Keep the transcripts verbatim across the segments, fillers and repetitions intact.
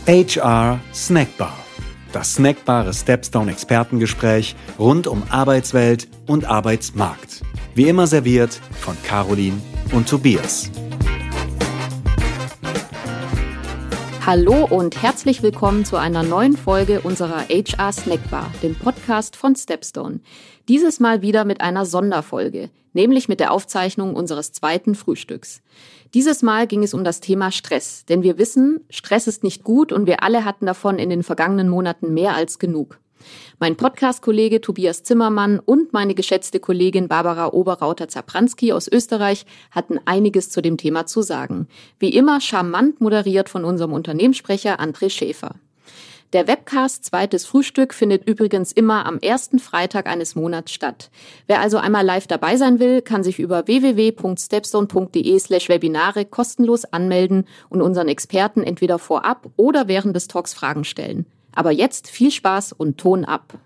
H R Snackbar. Das snackbare Stepstone-Expertengespräch rund um Arbeitswelt und Arbeitsmarkt. Wie immer serviert von Caroline und Tobias. Hallo und herzlich willkommen zu einer neuen Folge unserer H R Snackbar, dem Podcast von Stepstone. Dieses Mal wieder mit einer Sonderfolge, nämlich mit der Aufzeichnung unseres zweiten Frühstücks. Dieses Mal ging es um das Thema Stress, denn wir wissen, Stress ist nicht gut und wir alle hatten davon in den vergangenen Monaten mehr als genug. Mein Podcast-Kollege Tobias Zimmermann und meine geschätzte Kollegin Barbara Oberrauter-Zabranski aus Österreich hatten einiges zu dem Thema zu sagen. Wie immer charmant moderiert von unserem Unternehmenssprecher André Schäfer. Der Webcast Zweites Frühstück findet übrigens immer am ersten Freitag eines Monats statt. Wer also einmal live dabei sein will, kann sich über w w w punkt stepstone punkt d e slash webinare kostenlos anmelden und unseren Experten entweder vorab oder während des Talks Fragen stellen. Aber jetzt viel Spaß und Ton ab.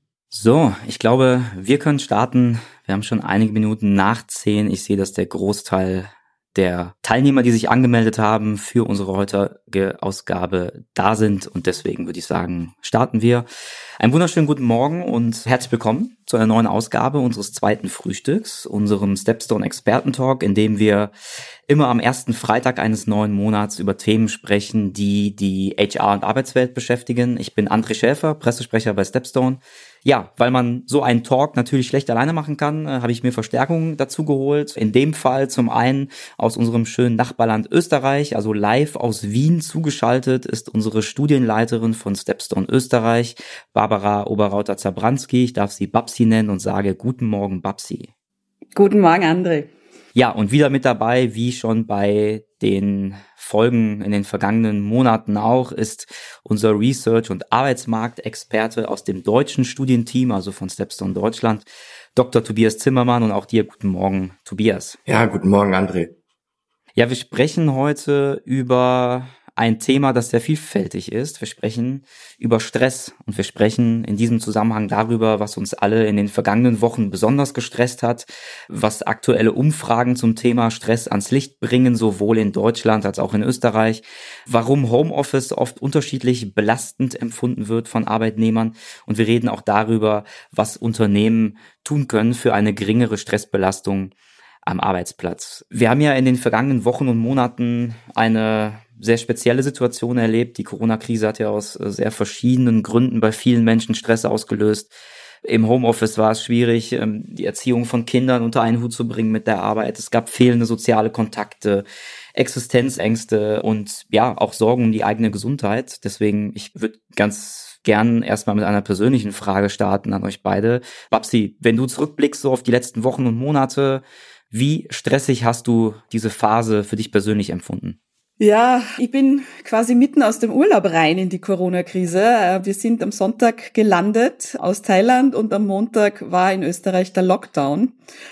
So, ich glaube, wir können starten. Wir haben schon einige Minuten nach zehn. Ich sehe, dass der Großteil der Teilnehmer, die sich angemeldet haben für unsere heutige Ausgabe, da sind. Und deswegen würde ich sagen, starten wir. Einen wunderschönen guten Morgen und herzlich willkommen zu einer neuen Ausgabe unseres zweiten Frühstücks, unserem Stepstone Experten-Talk, in dem wir immer am ersten Freitag eines neuen Monats über Themen sprechen, die die H R- und Arbeitswelt beschäftigen. Ich bin André Schäfer, Pressesprecher bei Stepstone. Ja, weil man so einen Talk natürlich schlecht alleine machen kann, äh, habe ich mir Verstärkung dazu geholt. In dem Fall zum einen aus unserem schönen Nachbarland Österreich, also live aus Wien zugeschaltet ist unsere Studienleiterin von Stepstone Österreich, Barbara Oberrauter-Zabranski. Ich darf sie Babsi nennen und sage guten Morgen, Babsi. Guten Morgen, André. Ja, und wieder mit dabei, wie schon bei den Folgen in den vergangenen Monaten auch, ist unser Research- und Arbeitsmarktexperte aus dem deutschen Studienteam, also von Stepstone Deutschland, Doktor Tobias Zimmermann. Und auch dir guten Morgen, Tobias. Ja, guten Morgen, André. Ja, wir sprechen heute über ein Thema, das sehr vielfältig ist. Wir sprechen über Stress und wir sprechen in diesem Zusammenhang darüber, was uns alle in den vergangenen Wochen besonders gestresst hat, was aktuelle Umfragen zum Thema Stress ans Licht bringen, sowohl in Deutschland als auch in Österreich, warum Homeoffice oft unterschiedlich belastend empfunden wird von Arbeitnehmern und wir reden auch darüber, was Unternehmen tun können für eine geringere Stressbelastung am Arbeitsplatz. Wir haben ja in den vergangenen Wochen und Monaten eine sehr spezielle Situation erlebt. Die Corona-Krise hat ja aus sehr verschiedenen Gründen bei vielen Menschen Stress ausgelöst. Im Homeoffice war es schwierig, die Erziehung von Kindern unter einen Hut zu bringen mit der Arbeit. Es gab fehlende soziale Kontakte, Existenzängste und ja, auch Sorgen um die eigene Gesundheit. Deswegen, ich würde ganz gern erstmal mit einer persönlichen Frage starten an euch beide. Babsi, wenn du zurückblickst so auf die letzten Wochen und Monate, wie stressig hast du diese Phase für dich persönlich empfunden? Ja, ich bin quasi mitten aus dem Urlaub rein in die Corona-Krise. Wir sind am Sonntag gelandet aus Thailand und am Montag war in Österreich der Lockdown,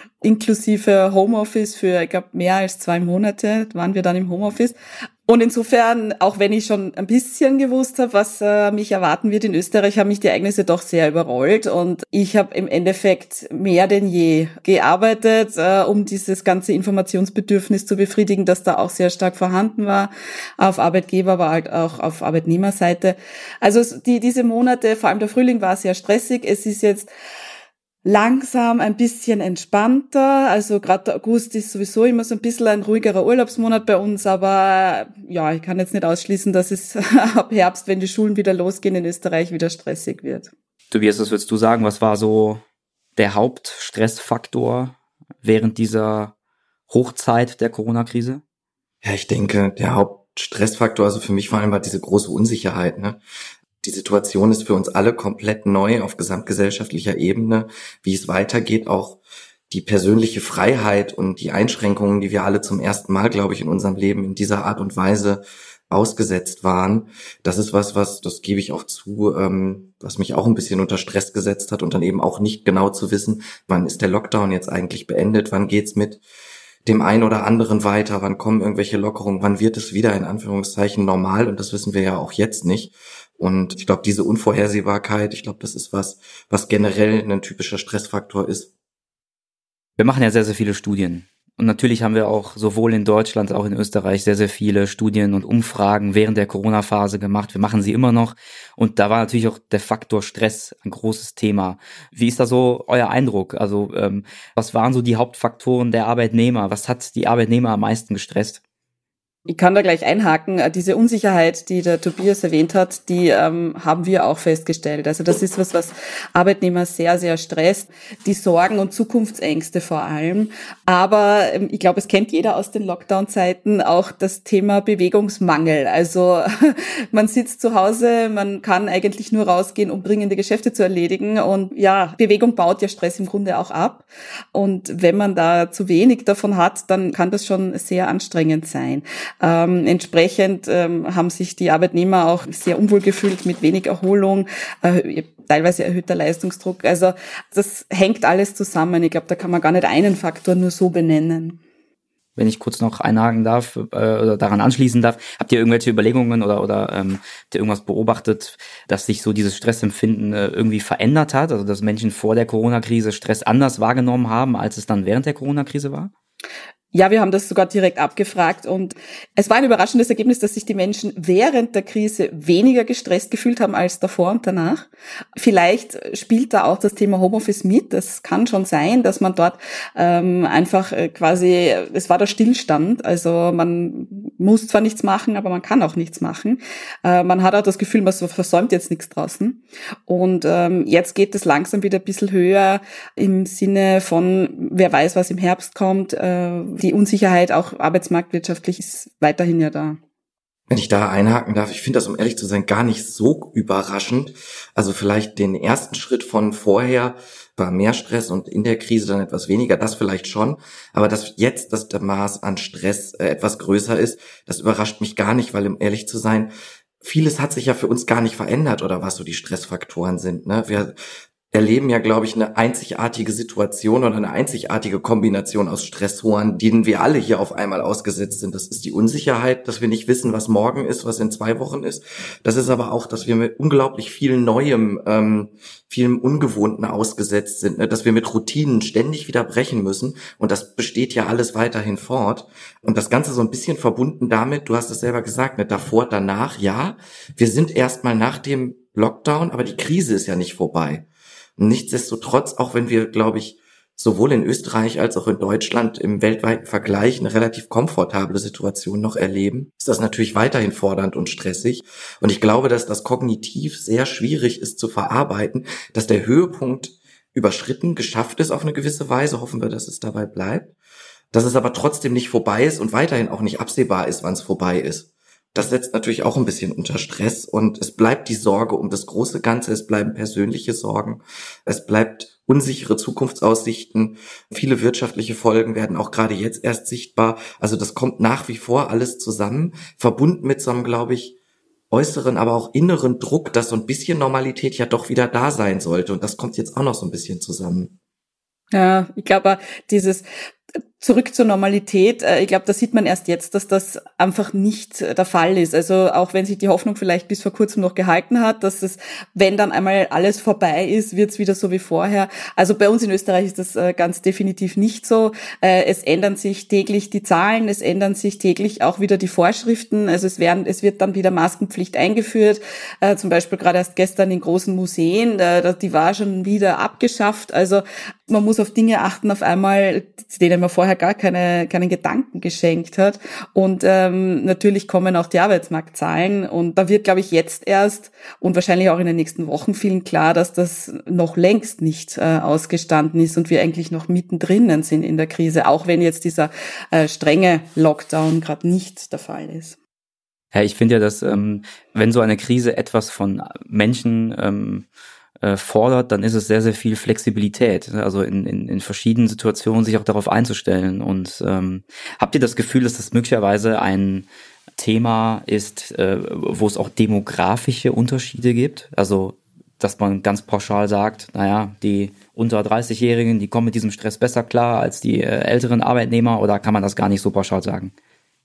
inklusive Homeoffice für, ich glaube, mehr als zwei Monate waren wir dann im Homeoffice. Und insofern, auch wenn ich schon ein bisschen gewusst habe, was äh, mich erwarten wird in Österreich, haben mich die Ereignisse doch sehr überrollt. Und ich habe im Endeffekt mehr denn je gearbeitet, äh, um dieses ganze Informationsbedürfnis zu befriedigen, das da auch sehr stark vorhanden war, auf Arbeitgeber, aber halt auch auf Arbeitnehmerseite. Also die diese Monate, vor allem der Frühling, war sehr stressig. Es ist jetzt langsam ein bisschen entspannter, also gerade der August ist sowieso immer so ein bisschen ein ruhigerer Urlaubsmonat bei uns, aber ja, ich kann jetzt nicht ausschließen, dass es ab Herbst, wenn die Schulen wieder losgehen in Österreich, wieder stressig wird. Tobias, was würdest du sagen, was war so der Hauptstressfaktor während dieser Hochzeit der Corona-Krise? Ja, ich denke, der Hauptstressfaktor, also für mich vor allem war diese große Unsicherheit, ne? Die Situation ist für uns alle komplett neu auf gesamtgesellschaftlicher Ebene, wie es weitergeht, auch die persönliche Freiheit und die Einschränkungen, die wir alle zum ersten Mal, glaube ich, in unserem Leben in dieser Art und Weise ausgesetzt waren. Das ist was, was, das gebe ich auch zu, ähm, was mich auch ein bisschen unter Stress gesetzt hat und dann eben auch nicht genau zu wissen, wann ist der Lockdown jetzt eigentlich beendet, wann geht's mit dem einen oder anderen weiter, wann kommen irgendwelche Lockerungen, wann wird es wieder in Anführungszeichen normal, und das wissen wir ja auch jetzt nicht. Und ich glaube, diese Unvorhersehbarkeit, ich glaube, das ist was, was generell ein typischer Stressfaktor ist. Wir machen ja sehr, sehr viele Studien Und natürlich haben wir auch sowohl in Deutschland als auch in Österreich sehr, sehr viele Studien und Umfragen während der Corona-Phase gemacht. Wir machen sie immer noch. Und da war natürlich auch der Faktor Stress ein großes Thema. Wie ist da so euer Eindruck? Also ähm, was waren so die Hauptfaktoren der Arbeitnehmer? Was hat die Arbeitnehmer am meisten gestresst? Ich kann da gleich einhaken. Diese Unsicherheit, die der Tobias erwähnt hat, die ähm, haben wir auch festgestellt. Also das ist was, was Arbeitnehmer sehr, sehr stresst. Die Sorgen und Zukunftsängste vor allem. Aber ähm, ich glaube, es kennt jeder aus den Lockdown-Zeiten auch das Thema Bewegungsmangel. Also man sitzt zu Hause, man kann eigentlich nur rausgehen, um dringende Geschäfte zu erledigen. Und ja, Bewegung baut ja Stress im Grunde auch ab. Und wenn man da zu wenig davon hat, dann kann das schon sehr anstrengend sein. Ähm, entsprechend ähm, haben sich die Arbeitnehmer auch sehr unwohl gefühlt mit wenig Erholung, äh, teilweise erhöhter Leistungsdruck. Also das hängt alles zusammen. Ich glaube, da kann man gar nicht einen Faktor nur so benennen. Wenn ich kurz noch einhaken darf äh, oder daran anschließen darf, habt ihr irgendwelche Überlegungen oder oder ähm, habt ihr irgendwas beobachtet, dass sich so dieses Stressempfinden äh, irgendwie verändert hat? Also dass Menschen vor der Corona-Krise Stress anders wahrgenommen haben, als es dann während der Corona-Krise war? Ja, wir haben das sogar direkt abgefragt und es war ein überraschendes Ergebnis, dass sich die Menschen während der Krise weniger gestresst gefühlt haben als davor und danach. Vielleicht spielt da auch das Thema Homeoffice mit. Das kann schon sein, dass man dort ähm, einfach äh, quasi, es war der Stillstand, also man muss zwar nichts machen, aber man kann auch nichts machen. Äh, man hat auch das Gefühl, man versäumt jetzt nichts draußen. Und ähm, jetzt geht es langsam wieder ein bisschen höher im Sinne von, wer weiß, was im Herbst kommt. Äh, Die Unsicherheit auch arbeitsmarktwirtschaftlich ist weiterhin ja da. Wenn ich da einhaken darf, ich finde das, um ehrlich zu sein, gar nicht so überraschend. Also vielleicht den ersten Schritt von vorher war mehr Stress und in der Krise dann etwas weniger, das vielleicht schon. Aber dass jetzt das Maß an Stress äh, etwas größer ist, das überrascht mich gar nicht, weil um ehrlich zu sein, vieles hat sich ja für uns gar nicht verändert oder was so die Stressfaktoren sind. Ne? Wir erleben ja, glaube ich, eine einzigartige Situation oder eine einzigartige Kombination aus Stressoren, denen wir alle hier auf einmal ausgesetzt sind. Das ist die Unsicherheit, dass wir nicht wissen, was morgen ist, was in zwei Wochen ist. Das ist aber auch, dass wir mit unglaublich viel Neuem, ähm, vielem Ungewohnten ausgesetzt sind, ne? Dass wir mit Routinen ständig wieder brechen müssen. Und das besteht ja alles weiterhin fort. Und das Ganze so ein bisschen verbunden damit, du hast es selber gesagt, ne? Davor, danach, ja, wir sind erstmal nach dem Lockdown, aber die Krise ist ja nicht vorbei. Nichtsdestotrotz, auch wenn wir, glaube ich, sowohl in Österreich als auch in Deutschland im weltweiten Vergleich eine relativ komfortable Situation noch erleben, ist das natürlich weiterhin fordernd und stressig. Und ich glaube, dass das kognitiv sehr schwierig ist zu verarbeiten, dass der Höhepunkt überschritten, geschafft ist auf eine gewisse Weise. Hoffen wir, dass es dabei bleibt. Dass es aber trotzdem nicht vorbei ist und weiterhin auch nicht absehbar ist, wann es vorbei ist. Das setzt natürlich auch ein bisschen unter Stress und es bleibt die Sorge um das große Ganze, es bleiben persönliche Sorgen, es bleibt unsichere Zukunftsaussichten, viele wirtschaftliche Folgen werden auch gerade jetzt erst sichtbar, also das kommt nach wie vor alles zusammen, verbunden mit so einem, glaube ich, äußeren, aber auch inneren Druck, dass so ein bisschen Normalität ja doch wieder da sein sollte und das kommt jetzt auch noch so ein bisschen zusammen. Ja, ich glaube, dieses zurück zur Normalität, ich glaube, da sieht man erst jetzt, dass das einfach nicht der Fall ist. Also auch wenn sich die Hoffnung vielleicht bis vor kurzem noch gehalten hat, dass es, wenn dann einmal alles vorbei ist, wird es wieder so wie vorher. Also bei uns in Österreich ist das ganz definitiv nicht so. Es ändern sich täglich die Zahlen, es ändern sich täglich auch wieder die Vorschriften. Also es werden, es wird dann wieder Maskenpflicht eingeführt. Zum Beispiel gerade erst gestern in großen Museen, die war schon wieder abgeschafft. Also man muss auf Dinge achten auf einmal, denen man vorher gar keine keinen Gedanken geschenkt hat. Und ähm, natürlich kommen auch die Arbeitsmarktzahlen. Und da wird, glaube ich, jetzt erst und wahrscheinlich auch in den nächsten Wochen vielen klar, dass das noch längst nicht äh, ausgestanden ist und wir eigentlich noch mittendrin sind in der Krise, auch wenn jetzt dieser äh, strenge Lockdown gerade nicht der Fall ist. Ja, ich finde ja, dass ähm, wenn so eine Krise etwas von Menschen ähm, fordert, dann ist es sehr, sehr viel Flexibilität, also in, in, in verschiedenen Situationen sich auch darauf einzustellen. Und ähm, habt ihr das Gefühl, dass das möglicherweise ein Thema ist, äh, wo es auch demografische Unterschiede gibt? Also, dass man ganz pauschal sagt, naja, die unter dreißigjährigen, die kommen mit diesem Stress besser klar als die äh, älteren Arbeitnehmer, oder kann man das gar nicht so pauschal sagen?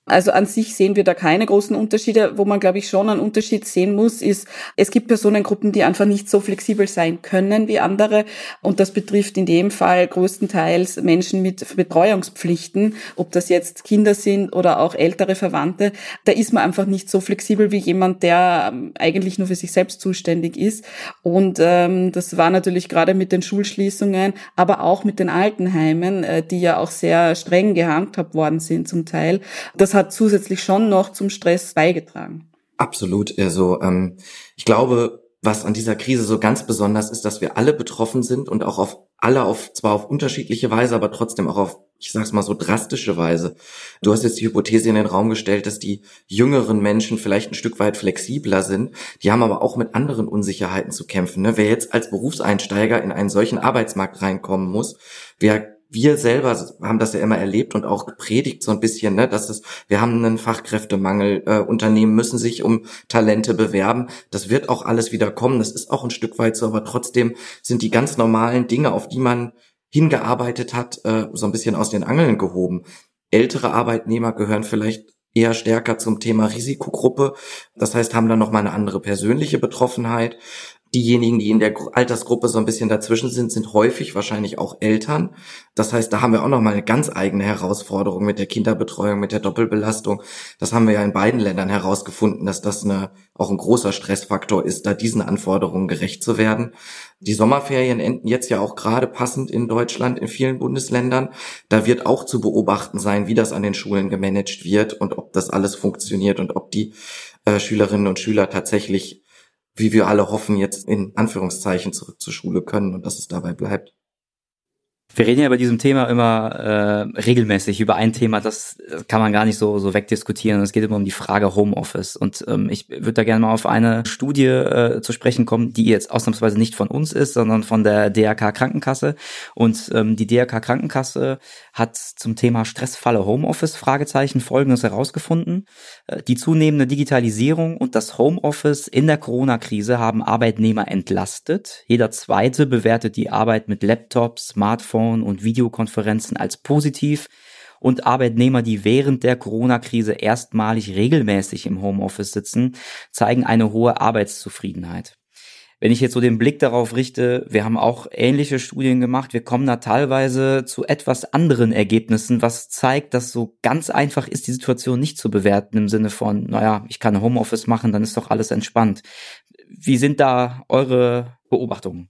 Also an sich sehen wir da keine großen Unterschiede. Wo man, glaube ich, schon einen Unterschied sehen muss, ist, es gibt Personengruppen, die einfach nicht so flexibel sein können wie andere. Und das betrifft in dem Fall größtenteils Menschen mit Betreuungspflichten, ob das jetzt Kinder sind oder auch ältere Verwandte. Da ist man einfach nicht so flexibel wie jemand, der eigentlich nur für sich selbst zuständig ist. Und ähm, das war natürlich gerade mit den Schulschließungen, aber auch mit den Altenheimen, äh, die ja auch sehr streng gehandhabt worden sind zum Teil. Das hat zusätzlich schon noch zum Stress beigetragen. Absolut. Also ähm, ich glaube, was an dieser Krise so ganz besonders ist, dass wir alle betroffen sind und auch auf alle auf zwar auf unterschiedliche Weise, aber trotzdem auch auf, ich sag's mal so, drastische Weise. Du hast jetzt die Hypothese in den Raum gestellt, dass die jüngeren Menschen vielleicht ein Stück weit flexibler sind. Die haben aber auch mit anderen Unsicherheiten zu kämpfen. Ne? Wer jetzt als Berufseinsteiger in einen solchen Arbeitsmarkt reinkommen muss, wer wir selber haben das ja immer erlebt und auch gepredigt so ein bisschen, ne, dass es, wir haben einen Fachkräftemangel, äh, Unternehmen müssen sich um Talente bewerben. Das wird auch alles wieder kommen. Das ist auch ein Stück weit so, aber trotzdem sind die ganz normalen Dinge, auf die man hingearbeitet hat, äh, so ein bisschen aus den Angeln gehoben. Ältere Arbeitnehmer gehören vielleicht eher stärker zum Thema Risikogruppe. Das heißt, haben dann nochmal eine andere persönliche Betroffenheit. Diejenigen, die in der Altersgruppe so ein bisschen dazwischen sind, sind häufig wahrscheinlich auch Eltern. Das heißt, da haben wir auch nochmal eine ganz eigene Herausforderung mit der Kinderbetreuung, mit der Doppelbelastung. Das haben wir ja in beiden Ländern herausgefunden, dass das eine, auch ein großer Stressfaktor ist, da diesen Anforderungen gerecht zu werden. Die Sommerferien enden jetzt ja auch gerade passend in Deutschland, in vielen Bundesländern. Da wird auch zu beobachten sein, wie das an den Schulen gemanagt wird und ob das alles funktioniert und ob die äh, Schülerinnen und Schüler tatsächlich, wie wir alle hoffen, jetzt in Anführungszeichen zurück zur Schule können und dass es dabei bleibt. Wir reden ja bei diesem Thema immer äh, regelmäßig über ein Thema, das kann man gar nicht so so wegdiskutieren. Es geht immer um die Frage Homeoffice. Und ähm, ich würde da gerne mal auf eine Studie äh, zu sprechen kommen, die jetzt ausnahmsweise nicht von uns ist, sondern von der D R K Krankenkasse. Und ähm, die D R K Krankenkasse hat zum Thema Stressfalle Homeoffice Fragezeichen Folgendes herausgefunden. Äh, die zunehmende Digitalisierung und das Homeoffice in der Corona-Krise haben Arbeitnehmer entlastet. Jeder Zweite bewertet die Arbeit mit Laptop, Smartphone und Videokonferenzen als positiv und Arbeitnehmer, die während der Corona-Krise erstmalig regelmäßig im Homeoffice sitzen, zeigen eine hohe Arbeitszufriedenheit. Wenn ich jetzt so den Blick darauf richte, wir haben auch ähnliche Studien gemacht, wir kommen da teilweise zu etwas anderen Ergebnissen, was zeigt, dass so ganz einfach ist, die Situation nicht zu bewerten im Sinne von, naja, ich kann Homeoffice machen, dann ist doch alles entspannt. Wie sind da eure Beobachtungen?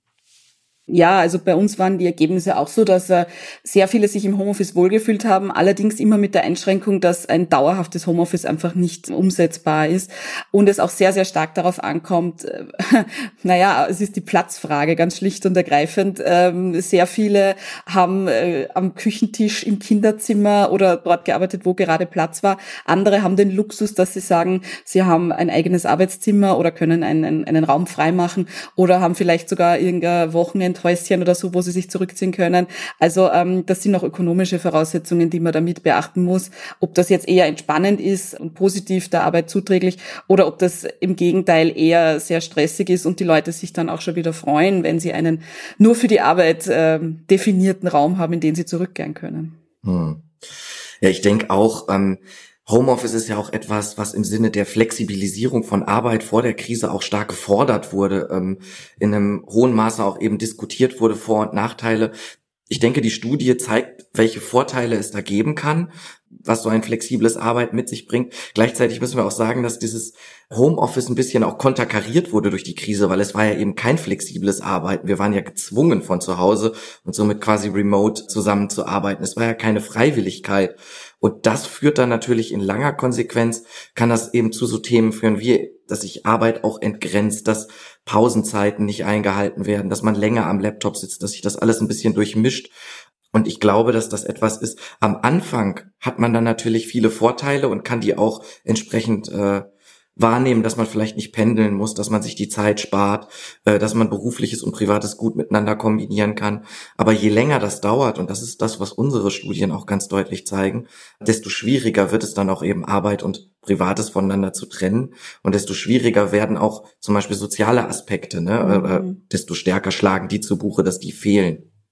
Ja, also bei uns waren die Ergebnisse auch so, dass äh, sehr viele sich im Homeoffice wohlgefühlt haben, allerdings immer mit der Einschränkung, dass ein dauerhaftes Homeoffice einfach nicht umsetzbar ist und es auch sehr, sehr stark darauf ankommt, äh, naja, es ist die Platzfrage, ganz schlicht und ergreifend. Ähm, sehr viele haben äh, am Küchentisch im Kinderzimmer oder dort gearbeitet, wo gerade Platz war. Andere haben den Luxus, dass sie sagen, sie haben ein eigenes Arbeitszimmer oder können einen, einen Raum freimachen oder haben vielleicht sogar irgendein Wochenende Häuschen oder so, wo sie sich zurückziehen können. Also ähm, das sind auch ökonomische Voraussetzungen, die man damit beachten muss. Ob das jetzt eher entspannend ist und positiv der Arbeit zuträglich oder ob das im Gegenteil eher sehr stressig ist und die Leute sich dann auch schon wieder freuen, wenn sie einen nur für die Arbeit ähm, definierten Raum haben, in den sie zurückkehren können. Hm. Ja, ich denke auch, ähm, Homeoffice ist ja auch etwas, was im Sinne der Flexibilisierung von Arbeit vor der Krise auch stark gefordert wurde, ähm, in einem hohen Maße auch eben diskutiert wurde, Vor- und Nachteile. Ich denke, die Studie zeigt, welche Vorteile es da geben kann, was so ein flexibles Arbeiten mit sich bringt. Gleichzeitig müssen wir auch sagen, dass dieses Homeoffice ein bisschen auch konterkariert wurde durch die Krise, weil es war ja eben kein flexibles Arbeiten. Wir waren ja gezwungen, von zu Hause und somit quasi remote zusammenzuarbeiten. Es war ja keine Freiwilligkeit. Und das führt dann natürlich in langer Konsequenz, kann das eben zu so Themen führen, wie, dass sich Arbeit auch entgrenzt, dass Pausenzeiten nicht eingehalten werden, dass man länger am Laptop sitzt, dass sich das alles ein bisschen durchmischt. Und ich glaube, dass das etwas ist. Am Anfang hat man dann natürlich viele Vorteile und kann die auch entsprechend äh, wahrnehmen, dass man vielleicht nicht pendeln muss, dass man sich die Zeit spart, äh, dass man berufliches und privates gut miteinander kombinieren kann. Aber je länger das dauert, und das ist das, was unsere Studien auch ganz deutlich zeigen, desto schwieriger wird es dann auch eben Arbeit und Privates voneinander zu trennen. Und desto schwieriger werden auch zum Beispiel soziale Aspekte, ne? Mhm. Äh, desto stärker schlagen die zu Buche, dass die fehlen.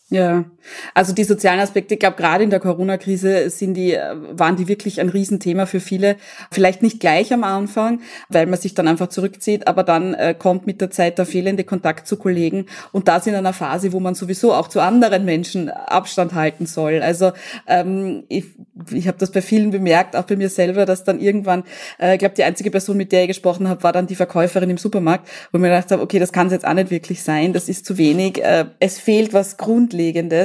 Ja, also die sozialen Aspekte, ich glaube, gerade in der Corona-Krise sind die, waren die wirklich ein Riesenthema für viele. Vielleicht nicht gleich am Anfang, weil man sich dann einfach zurückzieht, aber dann äh, kommt mit der Zeit der fehlende Kontakt zu Kollegen und das in einer Phase, wo man sowieso auch zu anderen Menschen Abstand halten soll. Also ähm, ich, ich habe das bei vielen bemerkt, auch bei mir selber, dass dann irgendwann, äh, ich glaube, die einzige Person, mit der ich gesprochen habe, war dann die Verkäuferin im Supermarkt, wo ich mir gedacht habe, okay, das kann es jetzt auch nicht wirklich sein, das ist zu wenig, äh, es fehlt was Grundlegendes.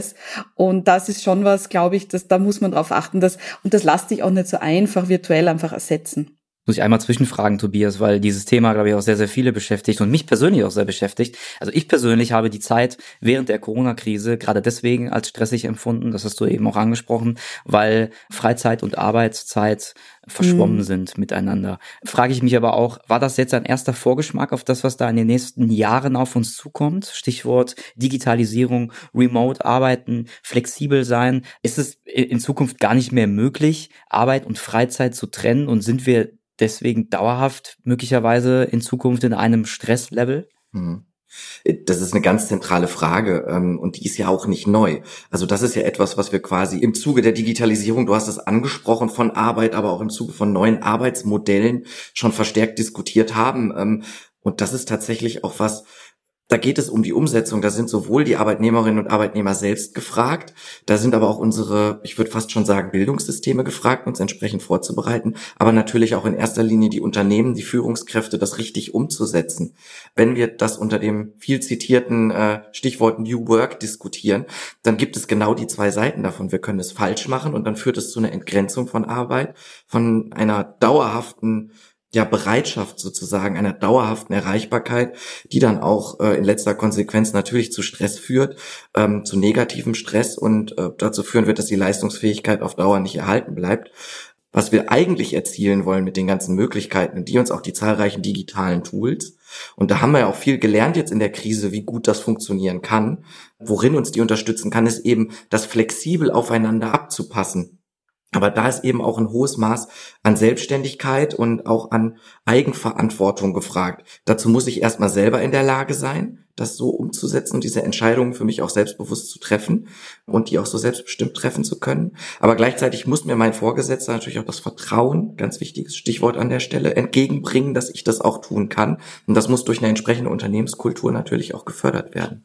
Und das ist schon was, glaube ich, dass da muss man drauf achten, dass, und das lässt sich auch nicht so einfach virtuell einfach ersetzen. Muss ich einmal zwischenfragen, Tobias, weil dieses Thema, glaube ich, auch sehr, sehr viele beschäftigt und mich persönlich auch sehr beschäftigt. Also ich persönlich habe die Zeit während der Corona-Krise gerade deswegen als stressig empfunden, das hast du eben auch angesprochen, weil Freizeit und Arbeitszeit verschwommen mhm. sind miteinander. Frage ich mich aber auch, war das jetzt ein erster Vorgeschmack auf das, was da in den nächsten Jahren auf uns zukommt? Stichwort Digitalisierung, Remote-Arbeiten, flexibel sein. Ist es in Zukunft gar nicht mehr möglich, Arbeit und Freizeit zu trennen und sind wir deswegen dauerhaft möglicherweise in Zukunft in einem Stresslevel? Hm. Das ist eine ganz zentrale Frage und die ist ja auch nicht neu. Also das ist ja etwas, was wir quasi im Zuge der Digitalisierung, du hast es angesprochen, von Arbeit, aber auch im Zuge von neuen Arbeitsmodellen schon verstärkt diskutiert haben. Und das ist tatsächlich auch was, da geht es um die Umsetzung. Da sind sowohl die Arbeitnehmerinnen und Arbeitnehmer selbst gefragt, da sind aber auch unsere, ich würde fast schon sagen, Bildungssysteme gefragt, uns entsprechend vorzubereiten, aber natürlich auch in erster Linie die Unternehmen, die Führungskräfte, das richtig umzusetzen. Wenn wir das unter dem viel zitierten äh, Stichwort New Work diskutieren, dann gibt es genau die zwei Seiten davon. Wir können es falsch machen und dann führt es zu einer Entgrenzung von Arbeit, von einer dauerhaften ja Bereitschaft sozusagen, einer dauerhaften Erreichbarkeit, die dann auch äh, in letzter Konsequenz natürlich zu Stress führt, ähm, zu negativem Stress und äh, dazu führen wird, dass die Leistungsfähigkeit auf Dauer nicht erhalten bleibt. Was wir eigentlich erzielen wollen mit den ganzen Möglichkeiten, die uns auch die zahlreichen digitalen Tools, und da haben wir ja auch viel gelernt jetzt in der Krise, wie gut das funktionieren kann, worin uns die unterstützen kann, ist eben, das flexibel aufeinander abzupassen. Aber da ist eben auch ein hohes Maß an Selbstständigkeit und auch an Eigenverantwortung gefragt. Dazu muss ich erstmal selber in der Lage sein, das so umzusetzen und diese Entscheidungen für mich auch selbstbewusst zu treffen und die auch so selbstbestimmt treffen zu können. Aber gleichzeitig muss mir mein Vorgesetzter natürlich auch das Vertrauen, ganz wichtiges Stichwort an der Stelle, entgegenbringen, dass ich das auch tun kann. Und das muss durch eine entsprechende Unternehmenskultur natürlich auch gefördert werden.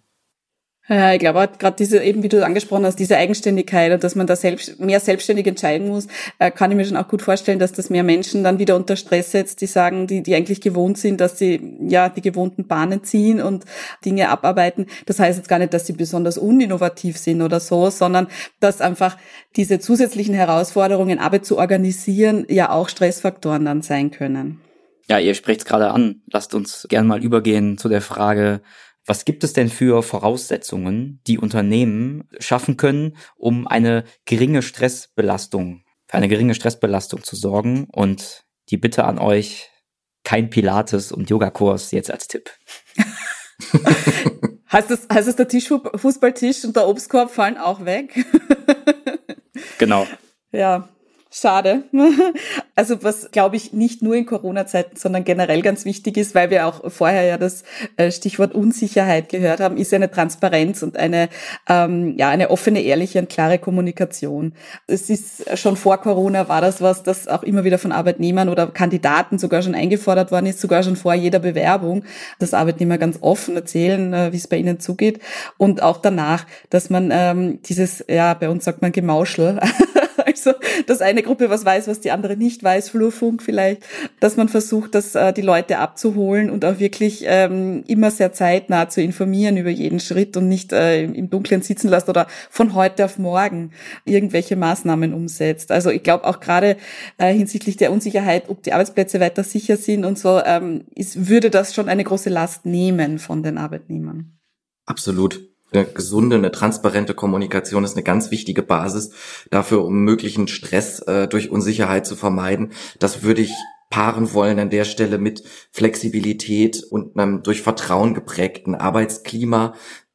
Ja, ich glaube, gerade diese, eben wie du angesprochen hast, diese Eigenständigkeit und dass man da selbst mehr selbstständig entscheiden muss, äh, kann ich mir schon auch gut vorstellen, dass das mehr Menschen dann wieder unter Stress setzt, die sagen, die, die eigentlich gewohnt sind, dass sie ja die gewohnten Bahnen ziehen und Dinge abarbeiten. Das heißt jetzt gar nicht, dass sie besonders uninnovativ sind oder so, sondern dass einfach diese zusätzlichen Herausforderungen, Arbeit zu organisieren, ja auch Stressfaktoren dann sein können. Ja, ihr sprecht es gerade an. Lasst uns gern mal übergehen zu der Frage, was gibt es denn für Voraussetzungen, die Unternehmen schaffen können, um eine geringe Stressbelastung, für eine geringe Stressbelastung zu sorgen? Und die Bitte an euch, kein Pilates- und Yogakurs jetzt als Tipp. heißt es, heißt es, der Tischfußballtisch und der Obstkorb fallen auch weg? Genau. Ja. Schade. Also was, glaube ich, nicht nur in Corona-Zeiten, sondern generell ganz wichtig ist, weil wir auch vorher ja das Stichwort Unsicherheit gehört haben, ist eine Transparenz und eine ähm, ja eine offene, ehrliche und klare Kommunikation. Es ist schon vor Corona war das was, das auch immer wieder von Arbeitnehmern oder Kandidaten sogar schon eingefordert worden ist, sogar schon vor jeder Bewerbung, dass Arbeitnehmer ganz offen erzählen, wie es bei ihnen zugeht und auch danach, dass man ähm, dieses, ja, bei uns sagt man Gemauschel, also, dass eine Gruppe was weiß, was die andere nicht weiß, Flurfunk vielleicht, dass man versucht, das äh, die Leute abzuholen und auch wirklich ähm, immer sehr zeitnah zu informieren über jeden Schritt und nicht äh, im Dunkeln sitzen lässt oder von heute auf morgen irgendwelche Maßnahmen umsetzt. Also ich glaube auch gerade äh, hinsichtlich der Unsicherheit, ob die Arbeitsplätze weiter sicher sind und so, ähm, ist, würde das schon eine große Last nehmen von den Arbeitnehmern. Absolut. Eine gesunde, eine transparente Kommunikation ist eine ganz wichtige Basis dafür, um möglichen Stress äh, durch Unsicherheit zu vermeiden. Das würde ich paaren wollen an der Stelle mit Flexibilität und einem durch Vertrauen geprägten Arbeitsklima,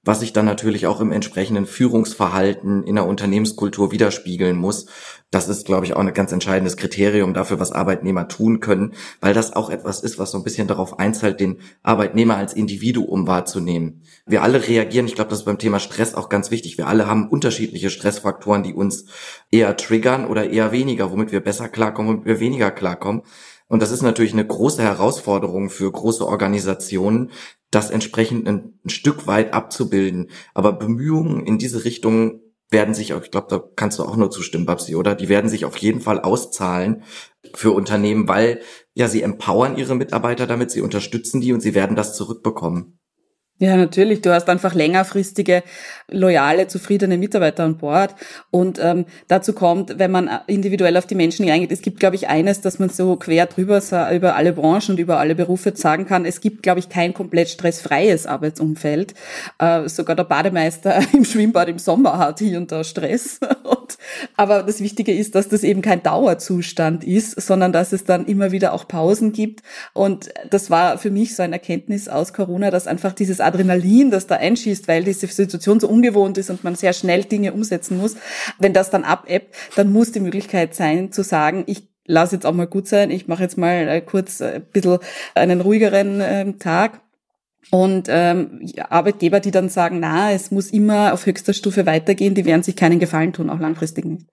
was sich dann natürlich auch im entsprechenden Führungsverhalten in der Unternehmenskultur widerspiegeln muss. Das ist, glaube ich, auch ein ganz entscheidendes Kriterium dafür, was Arbeitnehmer tun können, weil das auch etwas ist, was so ein bisschen darauf einzahlt, den Arbeitnehmer als Individuum wahrzunehmen. Wir alle reagieren, ich glaube, das ist beim Thema Stress auch ganz wichtig, wir alle haben unterschiedliche Stressfaktoren, die uns eher triggern oder eher weniger, womit wir besser klarkommen, womit wir weniger klarkommen. Und das ist natürlich eine große Herausforderung für große Organisationen, das entsprechend ein, ein Stück weit abzubilden. Aber Bemühungen in diese Richtung werden sich, ich glaube, da kannst du auch nur zustimmen, Babsi, oder? Die werden sich auf jeden Fall auszahlen für Unternehmen, weil ja sie empowern ihre Mitarbeiter damit, sie unterstützen die und sie werden das zurückbekommen. Ja, natürlich. Du hast einfach längerfristige, loyale, zufriedene Mitarbeiter an Bord. Und ähm, dazu kommt, wenn man individuell auf die Menschen eingeht, es gibt, glaube ich, eines, dass man so quer drüber über alle Branchen und über alle Berufe sagen kann, es gibt, glaube ich, kein komplett stressfreies Arbeitsumfeld. Äh, sogar der Bademeister im Schwimmbad im Sommer hat hier und da Stress. Und, aber das Wichtige ist, dass das eben kein Dauerzustand ist, sondern dass es dann immer wieder auch Pausen gibt. Und das war für mich so eine Erkenntnis aus Corona, dass einfach dieses Adrenalin, das da einschießt, weil diese Situation so ungewohnt ist und man sehr schnell Dinge umsetzen muss. Wenn das dann abebbt, dann muss die Möglichkeit sein, zu sagen, ich lasse jetzt auch mal gut sein, ich mache jetzt mal äh, kurz ein bisschen einen ruhigeren äh, Tag. Und ähm, Arbeitgeber, die dann sagen, na, es muss immer auf höchster Stufe weitergehen, die werden sich keinen Gefallen tun, auch langfristig nicht.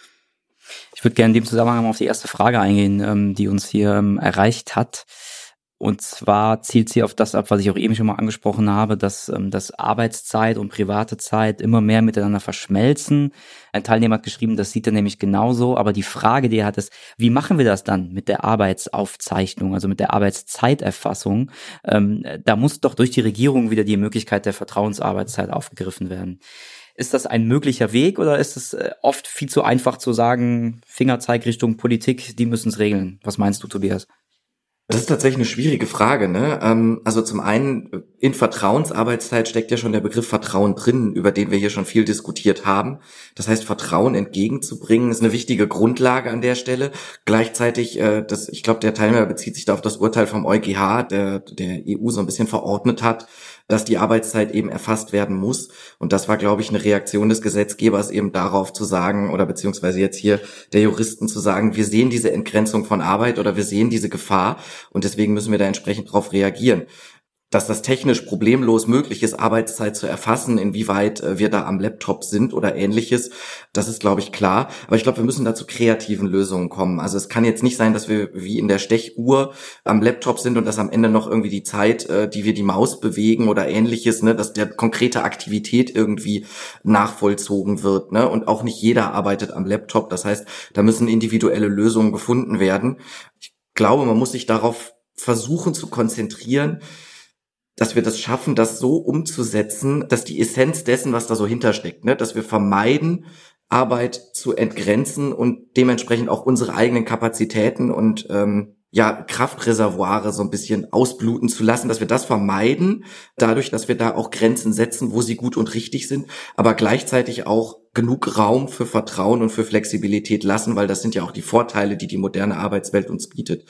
Ich würde gerne in dem Zusammenhang mal auf die erste Frage eingehen, ähm, die uns hier ähm, erreicht hat. Und zwar zielt sie auf das ab, was ich auch eben schon mal angesprochen habe, dass, ähm, dass Arbeitszeit und private Zeit immer mehr miteinander verschmelzen. Ein Teilnehmer hat geschrieben, das sieht er nämlich genauso. Aber die Frage, die er hat, ist, wie machen wir das dann mit der Arbeitsaufzeichnung, also mit der Arbeitszeiterfassung? Ähm, da muss doch durch die Regierung wieder die Möglichkeit der Vertrauensarbeitszeit aufgegriffen werden. Ist das ein möglicher Weg oder ist es oft viel zu einfach zu sagen, Fingerzeig Richtung Politik, die müssen es regeln? Was meinst du, Tobias? Das ist tatsächlich eine schwierige Frage, ne? Also zum einen, in Vertrauensarbeitszeit steckt ja schon der Begriff Vertrauen drin, über den wir hier schon viel diskutiert haben. Das heißt, Vertrauen entgegenzubringen, ist eine wichtige Grundlage an der Stelle. Gleichzeitig, das, ich glaube, der Teilnehmer bezieht sich da auf das Urteil vom EuGH, der der E U so ein bisschen verordnet hat, dass die Arbeitszeit eben erfasst werden muss. Und das war, glaube ich, eine Reaktion des Gesetzgebers eben darauf zu sagen, oder beziehungsweise jetzt hier der Juristen zu sagen, wir sehen diese Entgrenzung von Arbeit oder wir sehen diese Gefahr und deswegen müssen wir da entsprechend darauf reagieren. Dass das technisch problemlos möglich ist, Arbeitszeit zu erfassen, inwieweit wir da am Laptop sind oder ähnliches, das ist, glaube ich, klar. Aber ich glaube, wir müssen da zu kreativen Lösungen kommen. Also es kann jetzt nicht sein, dass wir wie in der Stechuhr am Laptop sind und dass am Ende noch irgendwie die Zeit, die wir die Maus bewegen oder ähnliches, ne, dass der konkrete Aktivität irgendwie nachvollzogen wird, ne, und auch nicht jeder arbeitet am Laptop. Das heißt, da müssen individuelle Lösungen gefunden werden. Ich glaube, man muss sich darauf versuchen zu konzentrieren, dass wir das schaffen, das so umzusetzen, dass die Essenz dessen, was da so hintersteckt, ne, dass wir vermeiden, Arbeit zu entgrenzen und dementsprechend auch unsere eigenen Kapazitäten und ähm, ja Kraftreservoire so ein bisschen ausbluten zu lassen, dass wir das vermeiden, dadurch, dass wir da auch Grenzen setzen, wo sie gut und richtig sind, aber gleichzeitig auch genug Raum für Vertrauen und für Flexibilität lassen, weil das sind ja auch die Vorteile, die die moderne Arbeitswelt uns bietet.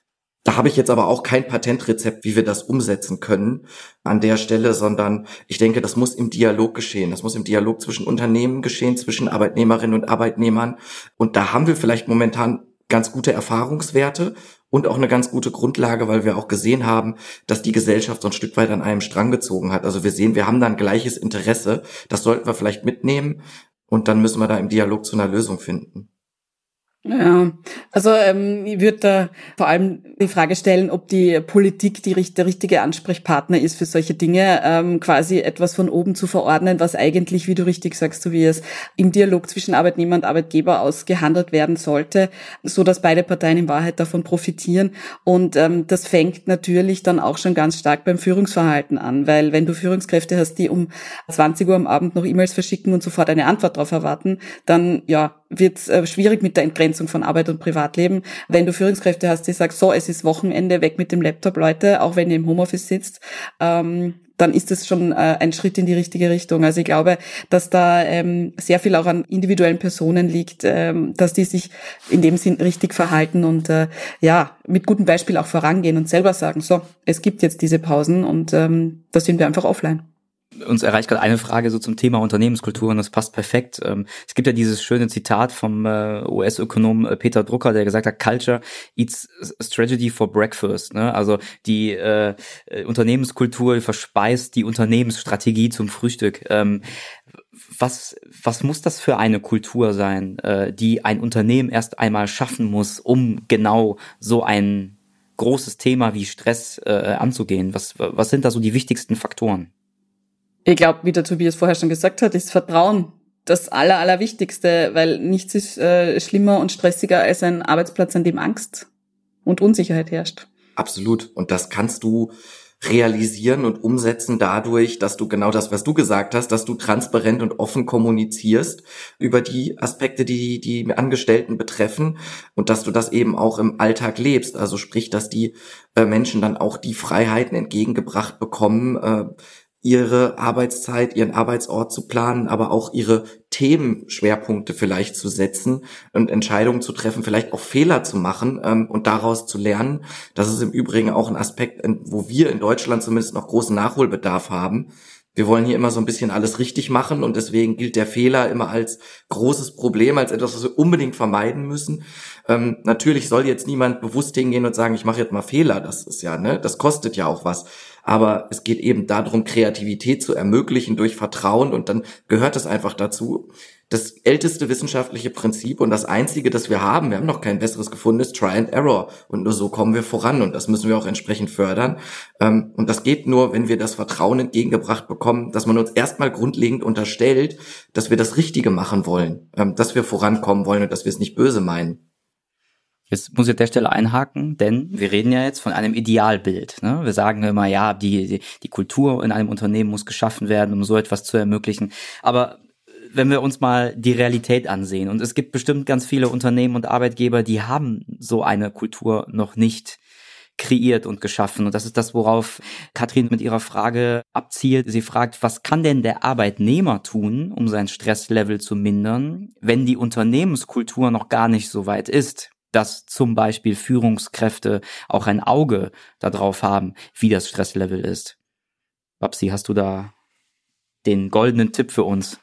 Da habe ich jetzt aber auch kein Patentrezept, wie wir das umsetzen können an der Stelle, sondern ich denke, das muss im Dialog geschehen. Das muss im Dialog zwischen Unternehmen geschehen, zwischen Arbeitnehmerinnen und Arbeitnehmern. Und da haben wir vielleicht momentan ganz gute Erfahrungswerte und auch eine ganz gute Grundlage, weil wir auch gesehen haben, dass die Gesellschaft so ein Stück weit an einem Strang gezogen hat. Also wir sehen, wir haben da ein gleiches Interesse. Das sollten wir vielleicht mitnehmen und dann müssen wir da im Dialog zu einer Lösung finden. Ja, also ähm, ich würde da vor allem die Frage stellen, ob die Politik die, der richtige Ansprechpartner ist für solche Dinge, ähm, quasi etwas von oben zu verordnen, was eigentlich, wie du richtig sagst, so wie es im Dialog zwischen Arbeitnehmer und Arbeitgeber ausgehandelt werden sollte, so dass beide Parteien in Wahrheit davon profitieren. Und ähm, das fängt natürlich dann auch schon ganz stark beim Führungsverhalten an, weil wenn du Führungskräfte hast, die um zwanzig Uhr am Abend noch E-Mails verschicken und sofort eine Antwort darauf erwarten, dann ja wird es äh, schwierig mit der Entgrenzung von Arbeit und Privatleben. Wenn du Führungskräfte hast, die sagen, so, es ist Wochenende, weg mit dem Laptop, Leute, auch wenn ihr im Homeoffice sitzt, ähm, dann ist es schon äh, ein Schritt in die richtige Richtung. Also ich glaube, dass da ähm, sehr viel auch an individuellen Personen liegt, ähm, dass die sich in dem Sinn richtig verhalten und äh, ja mit gutem Beispiel auch vorangehen und selber sagen, so, es gibt jetzt diese Pausen und ähm, da sind wir einfach offline. Uns erreicht gerade eine Frage so zum Thema Unternehmenskultur und das passt perfekt. Es gibt ja dieses schöne Zitat vom U S-Ökonom Peter Drucker, der gesagt hat, Culture eats strategy for breakfast. Ne? Also die äh, Unternehmenskultur verspeist die Unternehmensstrategie zum Frühstück. Ähm, was, was muss das für eine Kultur sein, äh, die ein Unternehmen erst einmal schaffen muss, um genau so ein großes Thema wie Stress äh, anzugehen? Was, was sind da so die wichtigsten Faktoren? Ich glaube, wie der Tobias vorher schon gesagt hat, ist Vertrauen das Aller, Allerwichtigste, weil nichts ist äh, schlimmer und stressiger als ein Arbeitsplatz, an dem Angst und Unsicherheit herrscht. Absolut. Und das kannst du realisieren und umsetzen dadurch, dass du genau das, was du gesagt hast, dass du transparent und offen kommunizierst über die Aspekte, die die Angestellten betreffen und dass du das eben auch im Alltag lebst. Also sprich, dass die äh, Menschen dann auch die Freiheiten entgegengebracht bekommen, äh, ihre Arbeitszeit, ihren Arbeitsort zu planen, aber auch ihre Themenschwerpunkte vielleicht zu setzen und Entscheidungen zu treffen, vielleicht auch Fehler zu machen ähm, und daraus zu lernen. Das ist im Übrigen auch ein Aspekt, wo wir in Deutschland zumindest noch großen Nachholbedarf haben. Wir wollen hier immer so ein bisschen alles richtig machen und deswegen gilt der Fehler immer als großes Problem, als etwas, was wir unbedingt vermeiden müssen. Ähm, natürlich soll jetzt niemand bewusst hingehen und sagen, ich mache jetzt mal Fehler. Das ist ja, ne, das kostet ja auch was. Aber es geht eben darum, Kreativität zu ermöglichen durch Vertrauen und dann gehört es einfach dazu. Das älteste wissenschaftliche Prinzip und das einzige, das wir haben, wir haben noch kein besseres gefunden, ist Try and Error. Und nur so kommen wir voran und das müssen wir auch entsprechend fördern. Und das geht nur, wenn wir das Vertrauen entgegengebracht bekommen, dass man uns erstmal grundlegend unterstellt, dass wir das Richtige machen wollen, dass wir vorankommen wollen und dass wir es nicht böse meinen. Jetzt muss ich an der Stelle einhaken, denn wir reden ja jetzt von einem Idealbild. Ne? Wir sagen immer, ja, die, die, die Kultur in einem Unternehmen muss geschaffen werden, um so etwas zu ermöglichen. Aber wenn wir uns mal die Realität ansehen, und es gibt bestimmt ganz viele Unternehmen und Arbeitgeber, die haben so eine Kultur noch nicht kreiert und geschaffen. Und das ist das, worauf Katrin mit ihrer Frage abzielt. Sie fragt, was kann denn der Arbeitnehmer tun, um sein Stresslevel zu mindern, wenn die Unternehmenskultur noch gar nicht so weit ist, dass zum Beispiel Führungskräfte auch ein Auge darauf haben, wie das Stresslevel ist. Babsi, hast du da den goldenen Tipp für uns?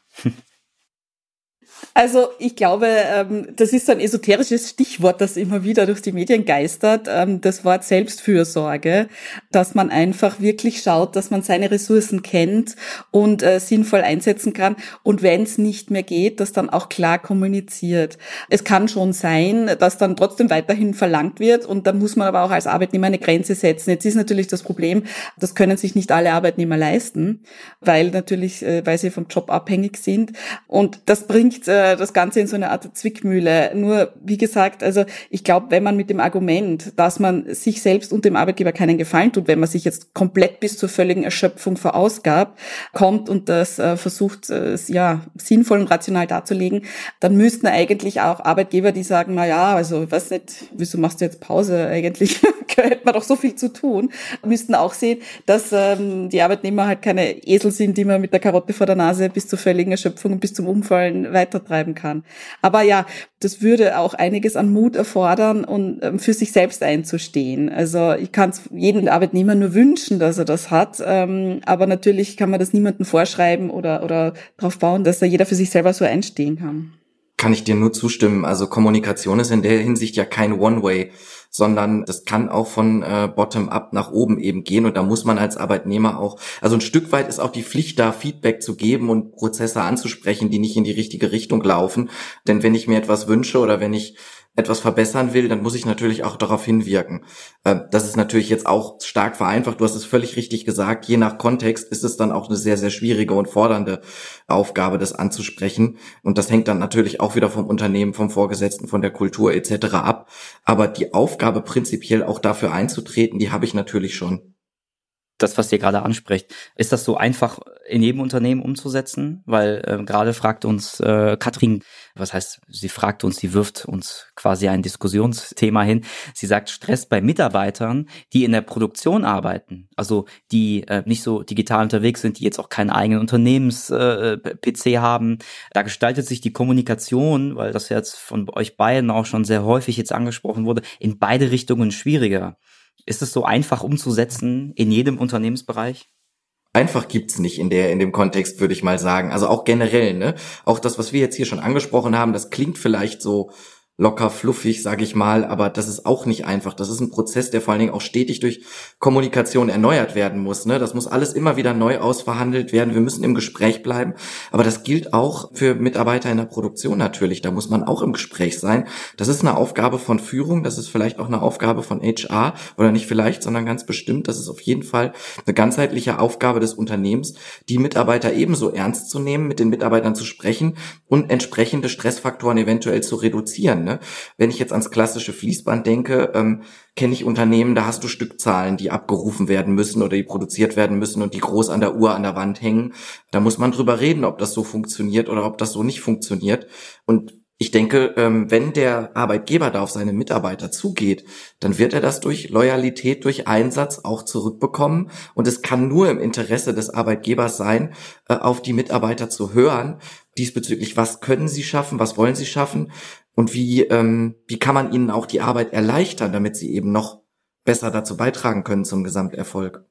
Also ich glaube, das ist so ein esoterisches Stichwort, das immer wieder durch die Medien geistert, das Wort Selbstfürsorge, dass man einfach wirklich schaut, dass man seine Ressourcen kennt und äh, sinnvoll einsetzen kann und wenn es nicht mehr geht, das dann auch klar kommuniziert. Es kann schon sein, dass dann trotzdem weiterhin verlangt wird und dann muss man aber auch als Arbeitnehmer eine Grenze setzen. Jetzt ist natürlich das Problem, das können sich nicht alle Arbeitnehmer leisten, weil natürlich, äh, weil sie vom Job abhängig sind und das bringt äh, das Ganze in so eine Art Zwickmühle. Nur, wie gesagt, also ich glaube, wenn man mit dem Argument, dass man sich selbst und dem Arbeitgeber keinen Gefallen tut, wenn man sich jetzt komplett bis zur völligen Erschöpfung verausgabt, kommt und das äh, versucht, äh, ja, sinnvoll und rational darzulegen, dann müssten eigentlich auch Arbeitgeber, die sagen, na ja, also, ich weiß nicht, wieso machst du jetzt Pause eigentlich? Hätte man doch so viel zu tun, müssten auch sehen, dass ähm, die Arbeitnehmer halt keine Esel sind, die man mit der Karotte vor der Nase bis zur völligen Erschöpfung und bis zum Umfallen weitertreiben kann. Aber ja, das würde auch einiges an Mut erfordern und ähm, für sich selbst einzustehen. Also ich kann es jedem Arbeitnehmer nur wünschen, dass er das hat, ähm, aber natürlich kann man das niemandem vorschreiben oder oder darauf bauen, dass da jeder für sich selber so einstehen kann. Kann ich dir nur zustimmen. Also Kommunikation ist in der Hinsicht ja kein One-Way, sondern das kann auch von äh, bottom-up nach oben eben gehen und da muss man als Arbeitnehmer auch, also ein Stück weit ist auch die Pflicht da, Feedback zu geben und Prozesse anzusprechen, die nicht in die richtige Richtung laufen. Denn wenn ich mir etwas wünsche oder wenn ich etwas verbessern will, dann muss ich natürlich auch darauf hinwirken. Das ist natürlich jetzt auch stark vereinfacht. Du hast es völlig richtig gesagt. Je nach Kontext ist es dann auch eine sehr, sehr schwierige und fordernde Aufgabe, das anzusprechen. Und das hängt dann natürlich auch wieder vom Unternehmen, vom Vorgesetzten, von der Kultur et cetera ab. Aber die Aufgabe, prinzipiell auch dafür einzutreten, die habe ich natürlich schon. Das, was ihr gerade anspricht, ist das so einfach in jedem Unternehmen umzusetzen? Weil äh, gerade fragt uns äh, Katrin, was heißt, sie fragt uns, sie wirft uns quasi ein Diskussionsthema hin. Sie sagt, Stress bei Mitarbeitern, die in der Produktion arbeiten, also die äh, nicht so digital unterwegs sind, die jetzt auch keinen eigenen Unternehmens-P C äh, haben. Da gestaltet sich die Kommunikation, weil das jetzt von euch beiden auch schon sehr häufig jetzt angesprochen wurde, in beide Richtungen schwieriger. Ist es so einfach umzusetzen in jedem Unternehmensbereich? einfach gibt's nicht in der in dem Kontext, würde ich mal sagen. Also auch generell, ne? Auch das, was wir jetzt hier schon angesprochen haben, das klingt vielleicht so locker, fluffig, sage ich mal, aber das ist auch nicht einfach. Das ist ein Prozess, der vor allen Dingen auch stetig durch Kommunikation erneuert werden muss. Ne? Das muss alles immer wieder neu ausverhandelt werden. Wir müssen im Gespräch bleiben. Aber das gilt auch für Mitarbeiter in der Produktion natürlich. Da muss man auch im Gespräch sein. Das ist eine Aufgabe von Führung. Das ist vielleicht auch eine Aufgabe von H R oder nicht vielleicht, sondern ganz bestimmt. Das ist auf jeden Fall eine ganzheitliche Aufgabe des Unternehmens, die Mitarbeiter ebenso ernst zu nehmen, mit den Mitarbeitern zu sprechen und entsprechende Stressfaktoren eventuell zu reduzieren. Ne? Wenn ich jetzt ans klassische Fließband denke, ähm, kenne ich Unternehmen, da hast du Stückzahlen, die abgerufen werden müssen oder die produziert werden müssen und die groß an der Uhr an der Wand hängen. Da muss man drüber reden, ob das so funktioniert oder ob das so nicht funktioniert. Und ich denke, ähm, wenn der Arbeitgeber da auf seine Mitarbeiter zugeht, dann wird er das durch Loyalität, durch Einsatz auch zurückbekommen. Und es kann nur im Interesse des Arbeitgebers sein, äh, auf die Mitarbeiter zu hören, diesbezüglich, was können sie schaffen, was wollen sie schaffen und wie ähm, wie kann man ihnen auch die Arbeit erleichtern, damit sie eben noch besser dazu beitragen können zum Gesamterfolg.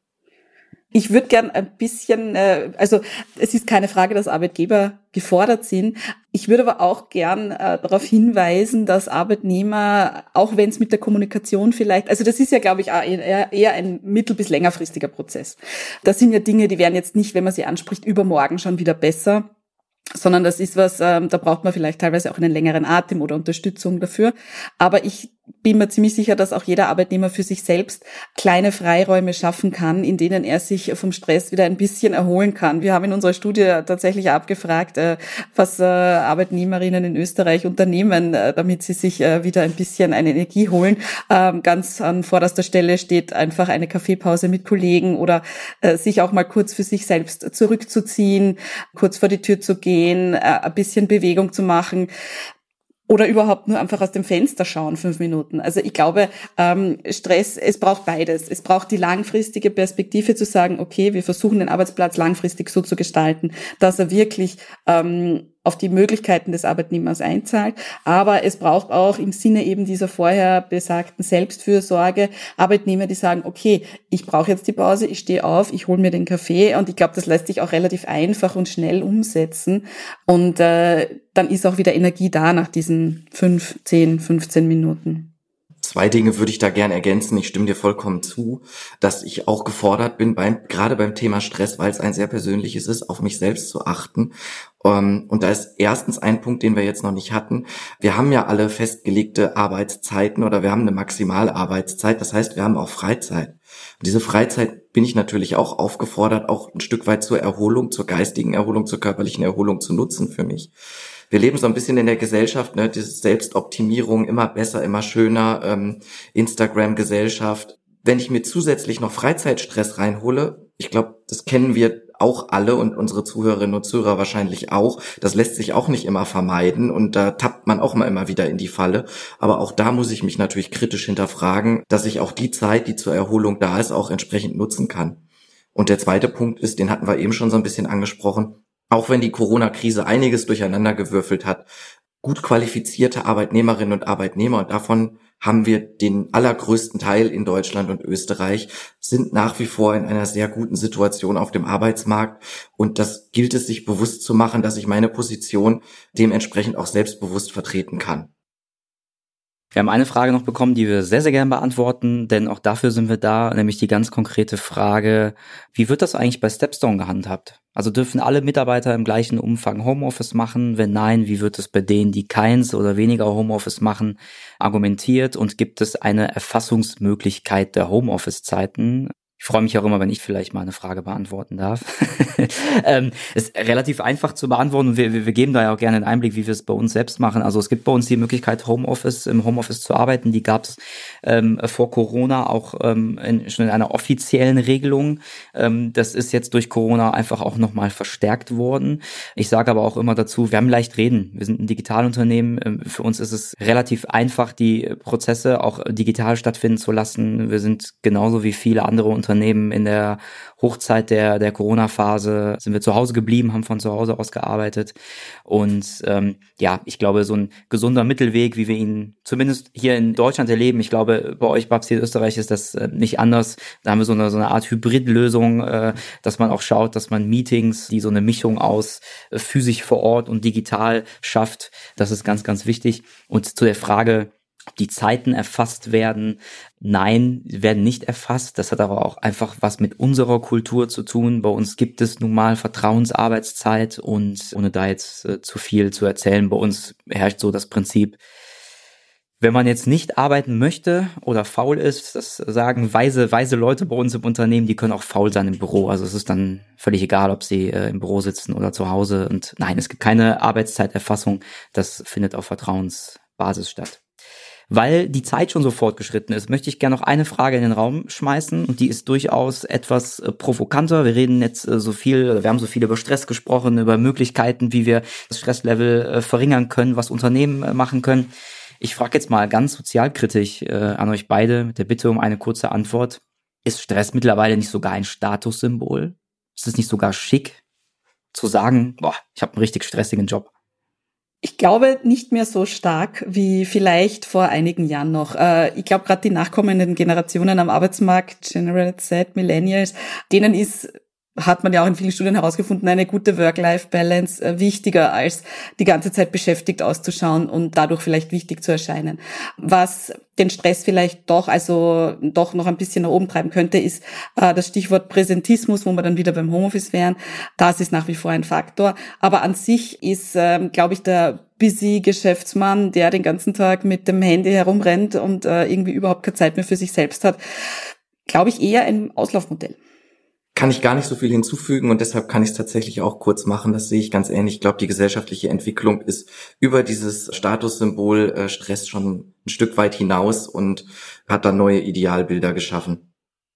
Ich würde gern ein bisschen, äh, also es ist keine Frage, dass Arbeitgeber gefordert sind. Ich würde aber auch gern äh, darauf hinweisen, dass Arbeitnehmer, auch wenn es mit der Kommunikation vielleicht, also das ist ja, glaube ich, eher, eher ein mittel- bis längerfristiger Prozess. Das sind ja Dinge, die werden jetzt nicht, wenn man sie anspricht, übermorgen schon wieder besser, sondern das ist was, ähm, da braucht man vielleicht teilweise auch einen längeren Atem oder Unterstützung dafür. Aber ich bin mir ziemlich sicher, dass auch jeder Arbeitnehmer für sich selbst kleine Freiräume schaffen kann, in denen er sich vom Stress wieder ein bisschen erholen kann. Wir haben in unserer Studie tatsächlich abgefragt, äh, was äh, Arbeitnehmerinnen in Österreich unternehmen, äh, damit sie sich äh, wieder ein bisschen eine Energie holen. Ähm, ganz an vorderster Stelle steht einfach eine Kaffeepause mit Kollegen oder äh, sich auch mal kurz für sich selbst zurückzuziehen, kurz vor die Tür zu gehen, äh, ein bisschen Bewegung zu machen. Oder überhaupt nur einfach aus dem Fenster schauen, fünf Minuten. Also ich glaube, ähm, Stress, es braucht beides. Es braucht die langfristige Perspektive zu sagen, okay, wir versuchen den Arbeitsplatz langfristig so zu gestalten, dass er wirklich ähm, auf die Möglichkeiten des Arbeitnehmers einzahlt. Aber es braucht auch im Sinne eben dieser vorher besagten Selbstfürsorge Arbeitnehmer, die sagen, okay, ich brauche jetzt die Pause, ich stehe auf, ich hole mir den Kaffee. Und ich glaube, das lässt sich auch relativ einfach und schnell umsetzen. Und äh, dann ist auch wieder Energie da nach diesen fünf, zehn, fünfzehn Minuten. Zwei Dinge würde ich da gern ergänzen. Ich stimme dir vollkommen zu, dass ich auch gefordert bin, beim, gerade beim Thema Stress, weil es ein sehr persönliches ist, auf mich selbst zu achten. Um, und da ist erstens ein Punkt, den wir jetzt noch nicht hatten. Wir haben ja alle festgelegte Arbeitszeiten oder wir haben eine Maximalarbeitszeit. Das heißt, wir haben auch Freizeit. Und diese Freizeit bin ich natürlich auch aufgefordert, auch ein Stück weit zur Erholung, zur geistigen Erholung, zur körperlichen Erholung zu nutzen für mich. Wir leben so ein bisschen in der Gesellschaft, ne, diese Selbstoptimierung, immer besser, immer schöner, ähm, Instagram-Gesellschaft. Wenn ich mir zusätzlich noch Freizeitstress reinhole, ich glaube, das kennen wir auch alle und unsere Zuhörerinnen und Zuhörer wahrscheinlich auch. Das lässt sich auch nicht immer vermeiden und da tappt man auch mal immer wieder in die Falle. Aber auch da muss ich mich natürlich kritisch hinterfragen, dass ich auch die Zeit, die zur Erholung da ist, auch entsprechend nutzen kann. Und der zweite Punkt ist, den hatten wir eben schon so ein bisschen angesprochen, auch wenn die Corona-Krise einiges durcheinandergewürfelt hat, gut qualifizierte Arbeitnehmerinnen und Arbeitnehmer, und davon haben wir den allergrößten Teil in Deutschland und Österreich, sind nach wie vor in einer sehr guten Situation auf dem Arbeitsmarkt. Und das gilt es, sich bewusst zu machen, dass ich meine Position dementsprechend auch selbstbewusst vertreten kann. Wir haben eine Frage noch bekommen, die wir sehr, sehr gerne beantworten, denn auch dafür sind wir da, nämlich die ganz konkrete Frage, wie wird das eigentlich bei Stepstone gehandhabt? Also dürfen alle Mitarbeiter im gleichen Umfang Homeoffice machen? Wenn nein, wie wird es bei denen, die keins oder weniger Homeoffice machen, argumentiert? Und gibt es eine Erfassungsmöglichkeit der Homeoffice-Zeiten? Ich freue mich auch immer, wenn ich vielleicht mal eine Frage beantworten darf. ähm, ist relativ einfach zu beantworten. Wir, wir, wir geben da ja auch gerne einen Einblick, wie wir es bei uns selbst machen. Also es gibt bei uns die Möglichkeit, Homeoffice im Homeoffice zu arbeiten. Die gab es ähm, vor Corona auch ähm, in, schon in einer offiziellen Regelung. Ähm, das ist jetzt durch Corona einfach auch nochmal verstärkt worden. Ich sage aber auch immer dazu, wir haben leicht reden. Wir sind ein Digitalunternehmen. Ähm, für uns ist es relativ einfach, die Prozesse auch digital stattfinden zu lassen. Wir sind genauso wie viele andere Unternehmen Unternehmen in der Hochzeit der der Corona-Phase sind wir zu Hause geblieben, haben von zu Hause aus gearbeitet. Und ähm, ja, ich glaube, so ein gesunder Mittelweg, wie wir ihn zumindest hier in Deutschland erleben, ich glaube, bei euch, Babsi, in Österreich ist das äh, nicht anders. Da haben wir so eine so eine Art Hybridlösung, äh, dass man auch schaut, dass man Meetings, die so eine Mischung aus äh, physisch vor Ort und digital schafft. Das ist ganz, ganz wichtig. Und zu der Frage, ob die Zeiten erfasst werden. Nein, werden nicht erfasst. Das hat aber auch einfach was mit unserer Kultur zu tun. Bei uns gibt es nun mal Vertrauensarbeitszeit und ohne da jetzt äh, zu viel zu erzählen, bei uns herrscht so das Prinzip, wenn man jetzt nicht arbeiten möchte oder faul ist, das sagen weise, weise Leute bei uns im Unternehmen, die können auch faul sein im Büro. Also es ist dann völlig egal, ob sie äh, im Büro sitzen oder zu Hause. Und nein, es gibt keine Arbeitszeiterfassung. Das findet auf Vertrauensbasis statt. Weil die Zeit schon so fortgeschritten ist, möchte ich gerne noch eine Frage in den Raum schmeißen und die ist durchaus etwas äh, provokanter. Wir reden jetzt äh, so viel, wir haben so viel über Stress gesprochen, über Möglichkeiten, wie wir das Stresslevel äh, verringern können, was Unternehmen äh, machen können. Ich frage jetzt mal ganz sozialkritisch äh, an euch beide mit der Bitte um eine kurze Antwort. Ist Stress mittlerweile nicht sogar ein Statussymbol? Ist es nicht sogar schick zu sagen, boah, ich habe einen richtig stressigen Job? Ich glaube nicht mehr so stark wie vielleicht vor einigen Jahren noch. Ich glaube, gerade die nachkommenden Generationen am Arbeitsmarkt, General Z, Millennials, denen ist, hat man ja auch in vielen Studien herausgefunden, eine gute Work-Life-Balance wichtiger als die ganze Zeit beschäftigt auszuschauen und dadurch vielleicht wichtig zu erscheinen. Was den Stress vielleicht doch, also doch noch ein bisschen nach oben treiben könnte, ist äh, das Stichwort Präsentismus, wo wir dann wieder beim Homeoffice wären. Das ist nach wie vor ein Faktor. Aber an sich ist, ähm, glaube ich, der busy Geschäftsmann, der den ganzen Tag mit dem Handy herumrennt und äh, irgendwie überhaupt keine Zeit mehr für sich selbst hat, glaube ich, eher ein Auslaufmodell. Kann ich gar nicht so viel hinzufügen und deshalb kann ich es tatsächlich auch kurz machen. Das sehe ich ganz ähnlich. Ich glaube, die gesellschaftliche Entwicklung ist über dieses Statussymbol äh, Stress schon ein Stück weit hinaus und hat da neue Idealbilder geschaffen.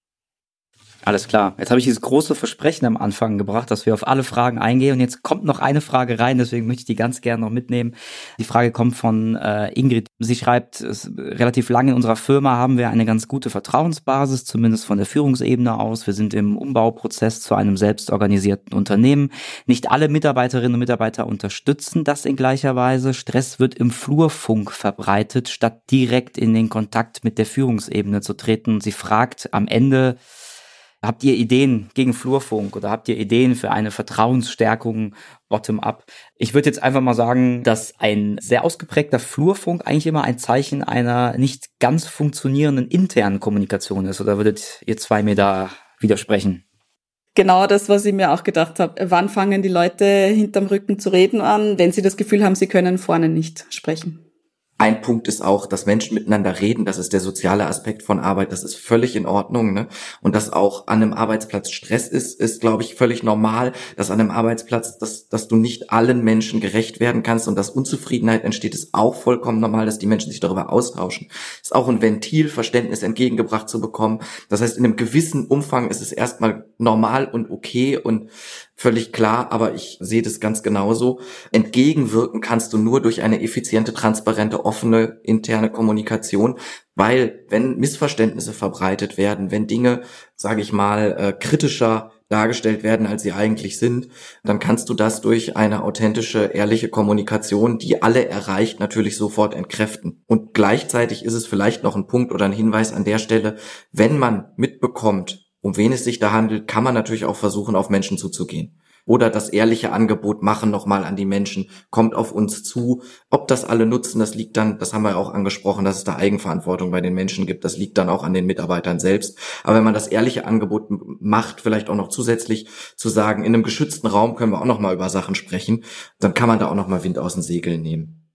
Alles klar. Jetzt habe ich dieses große Versprechen am Anfang gebracht, dass wir auf alle Fragen eingehen. Und jetzt kommt noch eine Frage rein, deswegen möchte ich die ganz gerne noch mitnehmen. Die Frage kommt von äh, Ingrid. Sie schreibt, es, relativ lange in unserer Firma haben wir eine ganz gute Vertrauensbasis, zumindest von der Führungsebene aus. Wir sind im Umbauprozess zu einem selbstorganisierten Unternehmen. Nicht alle Mitarbeiterinnen und Mitarbeiter unterstützen das in gleicher Weise. Stress wird im Flurfunk verbreitet, statt direkt in den Kontakt mit der Führungsebene zu treten. Sie fragt am Ende, habt ihr Ideen gegen Flurfunk oder habt ihr Ideen für eine Vertrauensstärkung bottom-up? Ich würde jetzt einfach mal sagen, dass ein sehr ausgeprägter Flurfunk eigentlich immer ein Zeichen einer nicht ganz funktionierenden internen Kommunikation ist. Oder würdet ihr zwei mir da widersprechen? Genau das, was ich mir auch gedacht habe. Wann fangen die Leute hinterm Rücken zu reden an, wenn sie das Gefühl haben, sie können vorne nicht sprechen? Ein Punkt ist auch, dass Menschen miteinander reden. Das ist der soziale Aspekt von Arbeit. Das ist völlig in Ordnung, ne? Und dass auch an einem Arbeitsplatz Stress ist, ist, glaube ich, völlig normal. Dass an einem Arbeitsplatz, dass, dass du nicht allen Menschen gerecht werden kannst und dass Unzufriedenheit entsteht, ist auch vollkommen normal, dass die Menschen sich darüber austauschen. Ist auch ein Ventil, Verständnis entgegengebracht zu bekommen. Das heißt, in einem gewissen Umfang ist es erstmal normal und okay und völlig klar, aber ich sehe das ganz genauso. Entgegenwirken kannst du nur durch eine effiziente, transparente, offene interne Kommunikation, weil wenn Missverständnisse verbreitet werden, wenn Dinge, sage ich mal, äh, kritischer dargestellt werden, als sie eigentlich sind, dann kannst du das durch eine authentische, ehrliche Kommunikation, die alle erreicht, natürlich sofort entkräften. Und gleichzeitig ist es vielleicht noch ein Punkt oder ein Hinweis an der Stelle, wenn man mitbekommt, um wen es sich da handelt, kann man natürlich auch versuchen, auf Menschen zuzugehen. Oder das ehrliche Angebot machen nochmal an die Menschen, kommt auf uns zu. Ob das alle nutzen, das liegt dann, das haben wir auch angesprochen, dass es da Eigenverantwortung bei den Menschen gibt. Das liegt dann auch an den Mitarbeitern selbst. Aber wenn man das ehrliche Angebot macht, vielleicht auch noch zusätzlich zu sagen, in einem geschützten Raum können wir auch nochmal über Sachen sprechen, dann kann man da auch nochmal Wind aus den Segeln nehmen.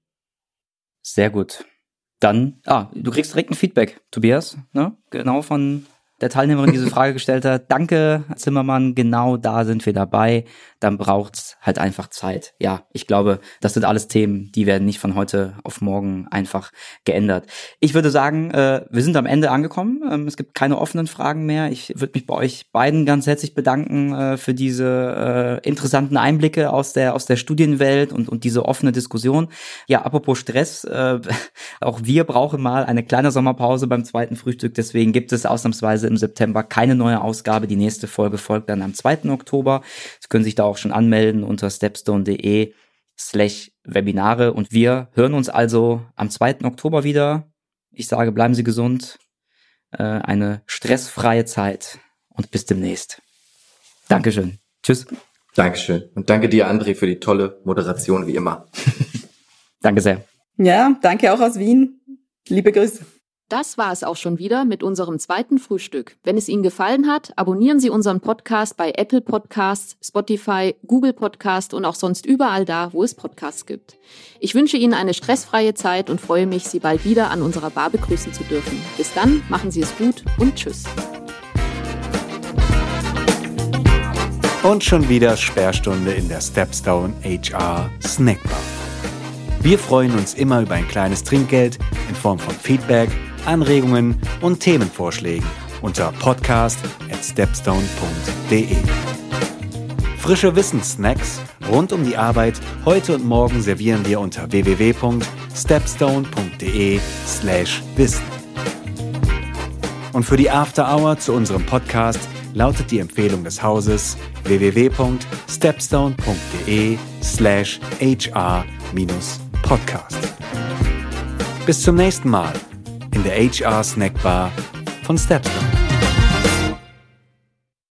Sehr gut. Dann, ah, du kriegst direkt ein Feedback, Tobias, ne? Genau von der Teilnehmerin diese Frage gestellt hat. Danke, Zimmermann, genau da sind wir dabei. dann braucht's halt einfach Zeit. Ja, ich glaube, das sind alles Themen, die werden nicht von heute auf morgen einfach geändert. Ich würde sagen, äh, wir sind am Ende angekommen. Ähm, es gibt keine offenen Fragen mehr. Ich würde mich bei euch beiden ganz herzlich bedanken äh, für diese äh, interessanten Einblicke aus der aus der Studienwelt und und diese offene Diskussion. Ja, apropos Stress, äh, auch wir brauchen mal eine kleine Sommerpause beim zweiten Frühstück. Deswegen gibt es ausnahmsweise im September keine neue Ausgabe. Die nächste Folge folgt dann am zweiten Oktober. Sie können sich da auch schon anmelden unter stepstone.de slash Webinare. Und wir hören uns also am zweiten Oktober wieder. Ich sage, bleiben Sie gesund, äh, eine stressfreie Zeit und bis demnächst. Dankeschön. Tschüss. Dankeschön. Und danke dir, André, für die tolle Moderation, wie immer. Danke sehr. Ja, danke auch aus Wien. Liebe Grüße. Das war es auch schon wieder mit unserem zweiten Frühstück. Wenn es Ihnen gefallen hat, abonnieren Sie unseren Podcast bei Apple Podcasts, Spotify, Google Podcast und auch sonst überall da, wo es Podcasts gibt. Ich wünsche Ihnen eine stressfreie Zeit und freue mich, Sie bald wieder an unserer Bar begrüßen zu dürfen. Bis dann, machen Sie es gut und tschüss. Und schon wieder Sperrstunde in der Stepstone H R Snackbar. Wir freuen uns immer über ein kleines Trinkgeld in Form von Feedback, Anregungen und Themenvorschlägen unter podcast at stepstone punkt de. Frische Wissenssnacks rund um die Arbeit heute und morgen servieren wir unter w w w punkt stepstone punkt de slash wissen. Und für die After Hour zu unserem Podcast lautet die Empfehlung des Hauses w w w punkt stepstone punkt de slash hr minus podcast. Bis zum nächsten Mal in der H R Snackbar von Stepstone.